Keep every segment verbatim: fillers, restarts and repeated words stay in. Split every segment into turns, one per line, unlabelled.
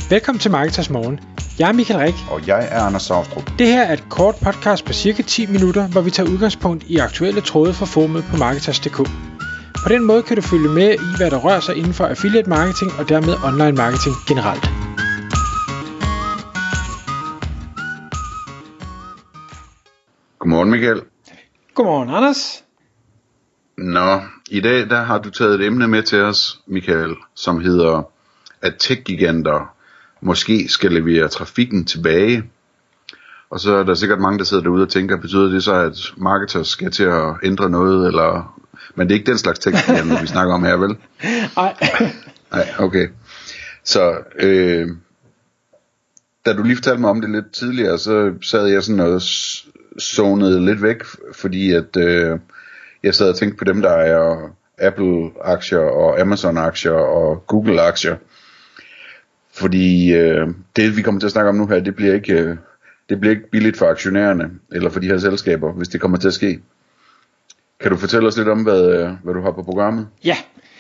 Velkommen til Marketers Morgen. Jeg er Michael Rik.
Og jeg er Anders Saustrup.
Det her er et kort podcast på cirka ti minutter, hvor vi tager udgangspunkt i aktuelle tråde fra forumet på Marketers punktum d k. På den måde kan du følge med i, hvad der rører sig inden for affiliate marketing og dermed online marketing generelt.
Godmorgen, Michael.
Godmorgen, Anders.
Nå, i dag der har du taget et emne med til os, Michael, som hedder, at tech-giganter måske skal levere trafikken tilbage. Og så er der sikkert mange, der sidder derude og tænker, betyder det så, at marketers skal til at ændre noget, eller... Men det er ikke den slags tech-giganter, vi snakker om her, vel?
Nej.
Nej, okay. Så, øh, da du lige fortalte mig om det lidt tidligere, så sad jeg sådan og zonede lidt væk, fordi at øh, jeg sad og tænkte på dem, der er Apple-aktier og Amazon-aktier og Google-aktier. Fordi øh, det, vi kommer til at snakke om nu her, det bliver ikke, øh, det bliver ikke billigt for aktionærerne, eller for de her selskaber, hvis det kommer til at ske. Kan du fortælle os lidt om, hvad, øh, hvad du har på programmet?
Ja.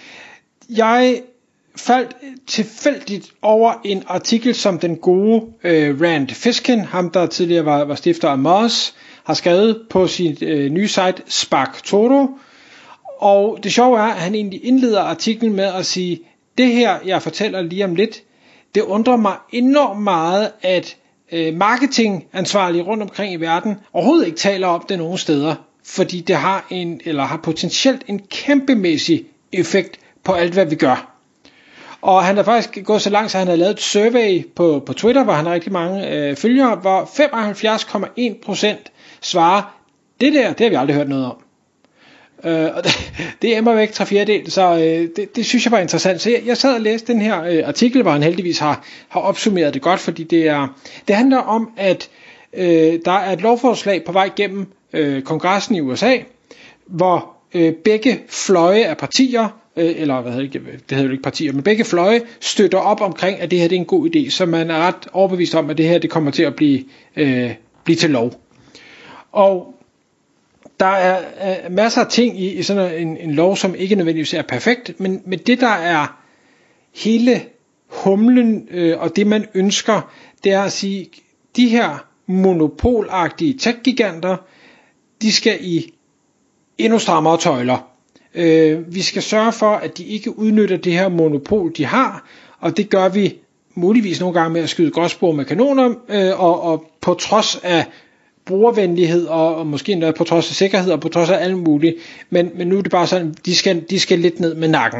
Jeg faldt tilfældigt over en artikel, som den gode øh, Rand Fishkin, ham der tidligere var, var stifter af Moz, har skrevet på sit øh, nye site SparkToro. Og det sjove er, at han egentlig indleder artiklen med at sige, det her, jeg fortæller lige om lidt, det undrer mig enormt meget, at øh, marketingansvarlige rundt omkring i verden overhovedet ikke taler om det nogen steder, fordi det har en eller har potentielt en kæmpemæssig effekt på alt, hvad vi gør. Og han har faktisk gået så langt, så han har lavet et survey på, på Twitter, hvor han har rigtig mange øh, følgere, hvor femoghalvfjerds komma en procent svarer, det der, det har vi aldrig hørt noget om. Øh, og det, det er mig væk tre fjerdedel, så øh, det, det synes jeg var interessant. Så jeg, jeg sad og læste den her øh, artikel, hvor han heldigvis har, har opsummeret det godt, fordi det er det handler om, at øh, der er et lovforslag på vej gennem øh, kongressen i U S A, hvor øh, begge fløje af partier, øh, eller hvad hedder det, det hedder jo ikke partier, men begge fløje støtter op omkring, at det her det er en god idé, så man er ret overbevist om, at det her det kommer til at blive, øh, blive til lov. Og der er øh, masser af ting i, i sådan en, en lov, som ikke nødvendigvis er perfekt, men, men det der er hele humlen, øh, og det man ønsker, det er at sige, de her monopolagtige tech-giganter, de skal i endnu strammere tøjler. Øh, vi skal sørge for, at de ikke udnytter det her monopol, de har, og det gør vi muligvis nogle gange med at skyde gråspor med kanoner, øh, og, og på trods af brugervenlighed, og, og måske endda på trods af sikkerhed, og på trods af alt muligt, men, men nu er det bare sådan, de skal, de skal lidt ned med nakken.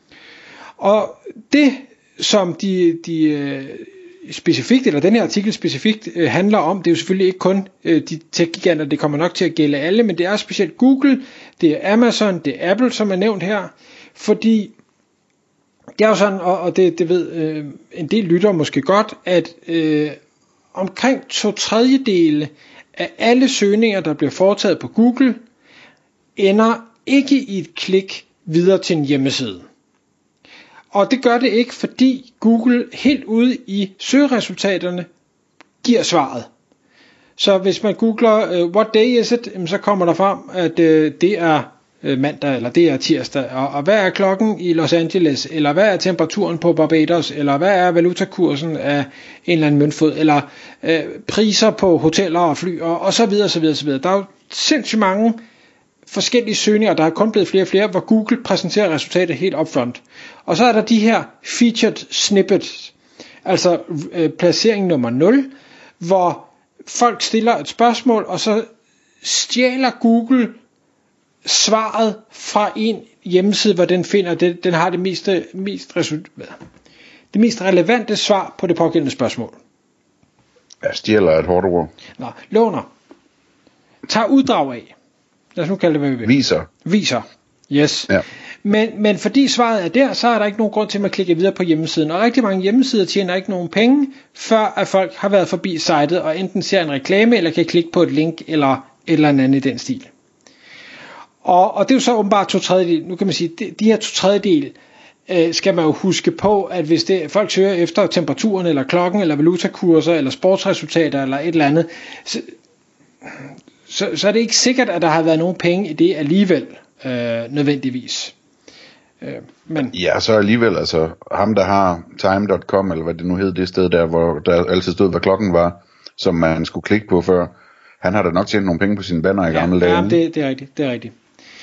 Og det, som de, de specifikt, eller den her artikel specifikt øh, handler om, det er jo selvfølgelig ikke kun øh, de tech-giganter, det kommer nok til at gælde alle, men det er specielt Google, det er Amazon, det er Apple, som er nævnt her, fordi det er jo sådan, og, og det, det ved øh, en del lytter måske godt, at øh, omkring to tredjedele af alle søgninger, der bliver foretaget på Google, ender ikke i et klik videre til en hjemmeside. Og det gør det ikke, fordi Google helt ude i søgeresultaterne giver svaret. Så hvis man googler, uh, what day is it, så kommer der frem, at uh, det er uh, mandag, eller det er tirsdag, og, og hvad er klokken i Los Angeles, eller hvad er temperaturen på Barbados, eller hvad er valutakursen af en eller anden møntfod, eller uh, priser på hoteller og fly, og, og så videre, så videre, så videre. Der er jo sindssygt mange forskellige søgninger, der er kun blevet flere og flere, hvor Google præsenterer resultatet helt upfront. Og så er der de her featured snippets, altså øh, placering nummer nul, hvor folk stiller et spørgsmål, og så stjæler Google svaret fra en hjemmeside, hvor den finder, det, den har det mest, mest, det mest relevante svar på det pågældende spørgsmål.
Jeg stjæler et hårdt ord.
Nå, låner. Tag uddrag af. Lad os nu kalde det, hvad vi vil.
Viser.
Viser. Yes.
Ja.
Men, men fordi svaret er der, så er der ikke nogen grund til at man klikker videre på hjemmesiden. Og rigtig mange hjemmesider tjener ikke nogen penge, før at folk har været forbi sitet og enten ser en reklame, eller kan klikke på et link, eller et eller andet i den stil. Og, og det er jo så åbenbart to tredjedel. Nu kan man sige, de, de her to tredjedel øh, skal man jo huske på, at hvis det, folk søger efter temperaturen, eller klokken, eller valutakurser, eller sportsresultater, eller et eller andet, så, så, så er det ikke sikkert, at der har været nogen penge i det alligevel, øh, nødvendigvis. Øh, men
ja, så alligevel, altså ham der har time punktum com, eller hvad det nu hed, det sted der, hvor der altid stod, hvad klokken var, som man skulle klikke på før, han har da nok tjent nogle penge på sine banner i
ja,
gamle dage.
Ja, det, det er rigtigt, det er rigtigt.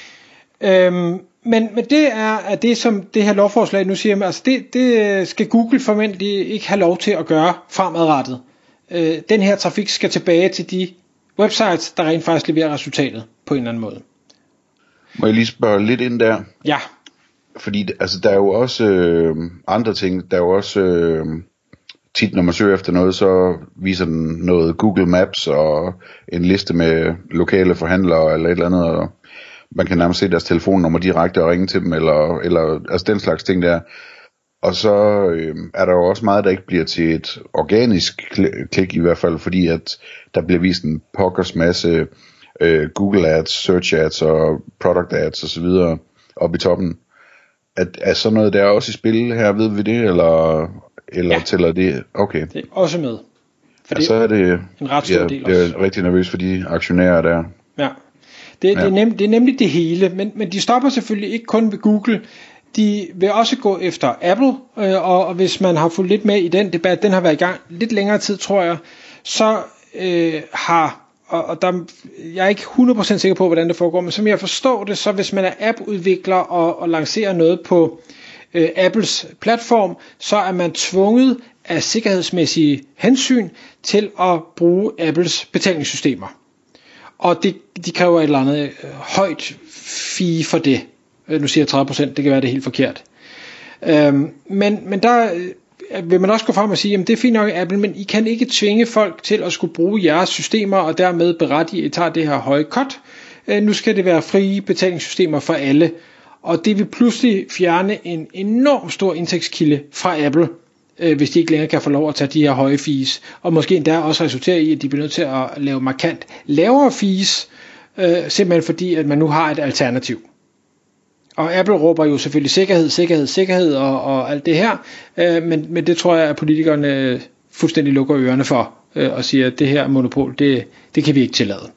Øhm, men, men det er at det, som det her lovforslag nu siger, altså det, det skal Google formentlig ikke have lov til at gøre fremadrettet. Øh, den her trafik skal tilbage til de websites, der rent faktisk leverer resultatet på en eller anden måde.
Må jeg lige spørge lidt ind der?
Ja.
Fordi altså, der er jo også øh, andre ting, der er jo også øh, tit når man søger efter noget, så viser den noget Google Maps og en liste med lokale forhandlere eller et eller andet, og man kan nærmest se deres telefonnummer direkte og ringe til dem, eller, eller altså den slags ting der. Og så øh, er der jo også meget, der ikke bliver til et organisk klik i hvert fald, fordi at der bliver vist en pokkers masse øh, Google Ads, Search Ads og Product Ads osv. oppe i toppen. Er, er sådan noget der også i spil her, ved vi det, eller, eller
ja.
tæller det? Okay.
Det er også med.
For ja, så er det
en ret stor
ja,
del
også.
Det
er rigtig nervøs for de aktionærer der.
Ja. Det,
ja.
det, er nem, det er nemlig det hele, men, men de stopper selvfølgelig ikke kun ved Google. De vil også gå efter Apple, øh, og, og hvis man har fulgt lidt med i den debat, den har været i gang lidt længere tid, tror jeg, så øh, har, og, og der, jeg er ikke hundrede procent sikker på, hvordan det foregår, men som jeg forstår det, så hvis man er appudvikler og, og lancerer noget på øh, Apples platform, så er man tvunget af sikkerhedsmæssige hensyn til at bruge Apples betalingssystemer. Og det, de kræver et eller andet øh, højt fee for det. Nu siger jeg tredive procent, det kan være det helt forkert. Øhm, men, men der øh, vil man også gå frem og sige, jamen det er fint nok Apple, men I kan ikke tvinge folk til at skulle bruge jeres systemer, og dermed berettige, at I tager det her høje cut. Øh, nu skal det være frie betalingssystemer for alle. Og det vil pludselig fjerne en enorm stor indtægtskilde fra Apple, øh, hvis de ikke længere kan få lov at tage de her høje fees. Og måske endda også resultere i, at de bliver nødt til at lave markant lavere fees, øh, simpelthen fordi, at man nu har et alternativ. Og Apple råber jo selvfølgelig sikkerhed, sikkerhed, sikkerhed og, og alt det her, øh, men, men det tror jeg, at politikerne fuldstændig lukker ørerne for, øh, og siger, at det her monopol, det, det kan vi ikke tillade.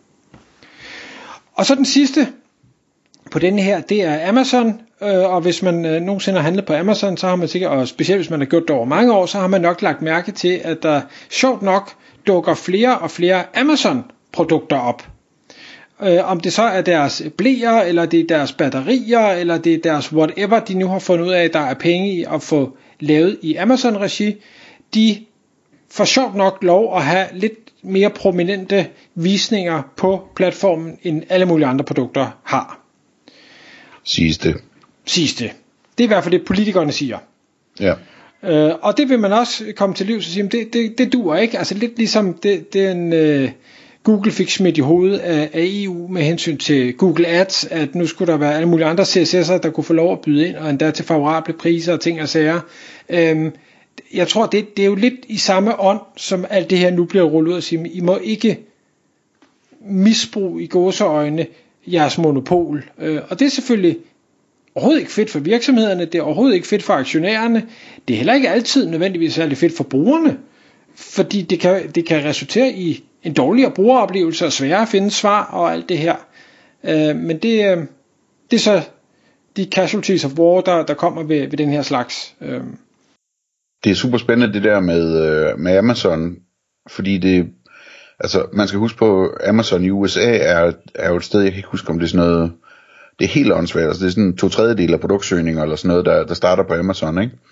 Og så den sidste på denne her, det er Amazon, øh, og hvis man øh, nogensinde har handlet på Amazon, så har man sikkert, og specielt hvis man har gjort det over mange år, så har man nok lagt mærke til, at der sjovt nok dukker flere og flere Amazon-produkter op. Øh, om det så er deres bleer, eller det er deres batterier, eller det er deres whatever, de nu har fundet ud af, at der er penge i at få lavet i Amazon-regi, de får sjovt nok lov at have lidt mere prominente visninger på platformen, end alle mulige andre produkter har.
Siges det.
Siges det. Det er i hvert fald det, politikerne siger.
Ja.
Øh, og det vil man også komme til livs og sige, det, det, det duer ikke. Altså lidt ligesom det, den... Øh, Google fik smidt i hovedet af, af E U med hensyn til Google Ads, at nu skulle der være alle mulige andre C S S'er, der kunne få lov at byde ind, og endda til favorable priser og ting og sager. Øhm, jeg tror, det, det er jo lidt i samme ånd, som alt det her nu bliver rullet ud og sige, I må ikke misbruge i gåseøjne jeres monopol. Øh, og det er selvfølgelig overhovedet ikke fedt for virksomhederne, det er overhovedet ikke fedt for aktionærerne, det er heller ikke altid nødvendigvis særlig fedt for brugerne, fordi det kan, det kan resultere i en dårligere brugeroplevelse og sværere at finde svar og alt det her. Øh, men det, øh, det er så de casualties of war, der, der kommer ved, ved den her slags. Øh.
Det er super spændende det der med, øh, med Amazon, fordi det, altså man skal huske på, Amazon i U S A er, er jo et sted, jeg kan ikke huske om det er sådan noget, det er helt åndssvagt, altså det er sådan to tredjedel af produktsøgninger eller sådan noget, der, der starter på Amazon, ikke?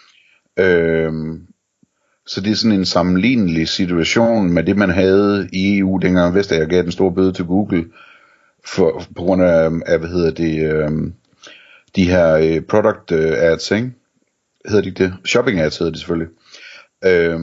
Øh, Så det er sådan en sammenlignelig situation med det, man havde i E U, dengang Vestager gav den store bøde til Google, for, på grund af, af hvad hedder det, øh, de her øh, product øh, ads, ikke? Hedder de ikke det? Shopping ads hedder det selvfølgelig. Øh,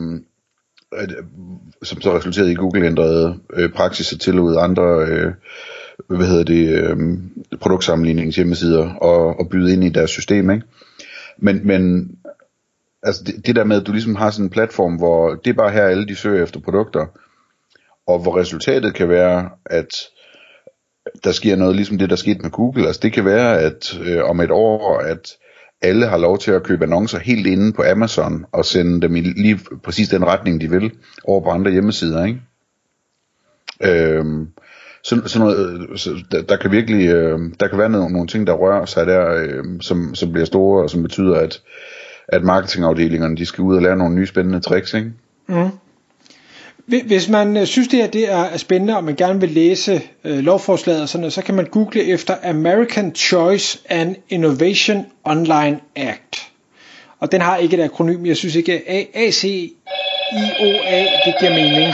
som så resulterede i, at Google ændrede øh, praksis og tillod andre, øh, hvad hedder det, øh, produktsammenlignings hjemmesider og, og byde ind i deres system, ikke? Men, men altså det, det der med, at du ligesom har sådan en platform, hvor det er bare her, alle de søger efter produkter, og hvor resultatet kan være, at der sker noget ligesom det, der skete med Google. Altså det kan være, at øh, om et år, at alle har lov til at købe annoncer helt inde på Amazon, og sende dem i lige præcis den retning, de vil, over på andre hjemmesider, ikke? Øhm, Så, så noget, så der, der kan virkelig, øh, der kan være nogle, nogle ting, der rører sig der, øh, som, som bliver store, og som betyder, at, at marketingafdelingerne, de skal ud og lære nogle nye spændende tricks, ikke?
Mm. Hvis man synes det her det er spændende, og man gerne vil læse øh, lovforslaget og sådan noget, så kan man google efter American Choice and Innovation Online Act. Og den har ikke et akronym. Jeg synes ikke A C I O A, det giver mening.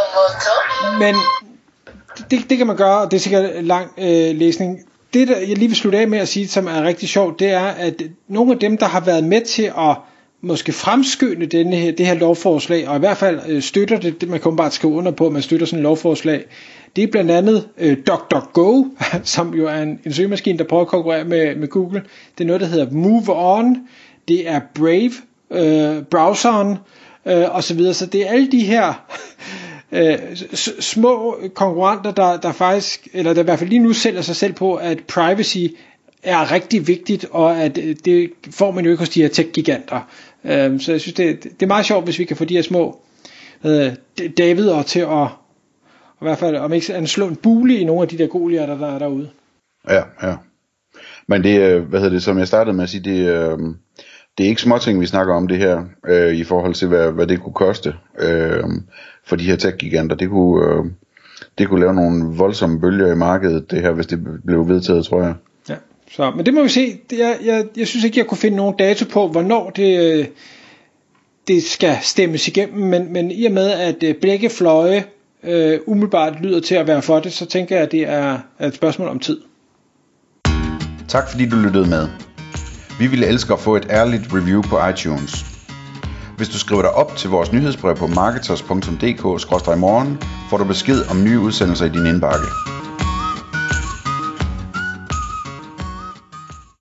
Men det, det kan man gøre, og det er sikkert lang øh, læsning. Det der jeg lige vil slutte af med at sige, som er rigtig sjovt, det er at nogle af dem der har været med til at måske fremskynde denne her, det her lovforslag, og i hvert fald øh, støtter det, man kan bare skrive under på, at man støtter sådan et lovforslag, det er blandt andet øh, DuckDuckGo, som jo er en, en søgemaskine, der prøver at konkurrere med, med Google. Det er noget, der hedder Move On, det er Brave, øh, browseren, øh, og så videre. Så det er alle de her øh, s- små konkurrenter, der, der faktisk, eller der i hvert fald lige nu sælger sig selv på, at privacy er rigtig vigtigt, og at det får man jo ikke hos de her tech-giganter. Øh, så jeg synes, det, det er meget sjovt, hvis vi kan få de her små øh, David'er til at, i hvert fald, om ikke slå en bule i nogle af de der Goliater, der er derude.
Ja, ja. Men det, hvad hedder det, som jeg startede med at sige, det, øh, det er ikke småting, vi snakker om det her, øh, i forhold til, hvad, hvad det kunne koste øh, for de her tech-giganter. Det kunne, øh, det kunne lave nogle voldsomme bølger i markedet, det her, hvis det blev vedtaget, tror jeg.
Ja, så, men det må vi se. Det er, jeg, jeg synes ikke, jeg kunne finde nogen dato på, hvornår det, det skal stemmes igennem, men, men i og med, at begge fløje øh, umiddelbart lyder til at være for det, så tænker jeg, at det er et spørgsmål om tid.
Tak fordi du lyttede med. Vi ville elske at få et ærligt review på iTunes. Hvis du skriver dig op til vores nyhedsbrev på marketers punktum d k skråstreg morgen, får du besked om nye udsendelser i din indbakke.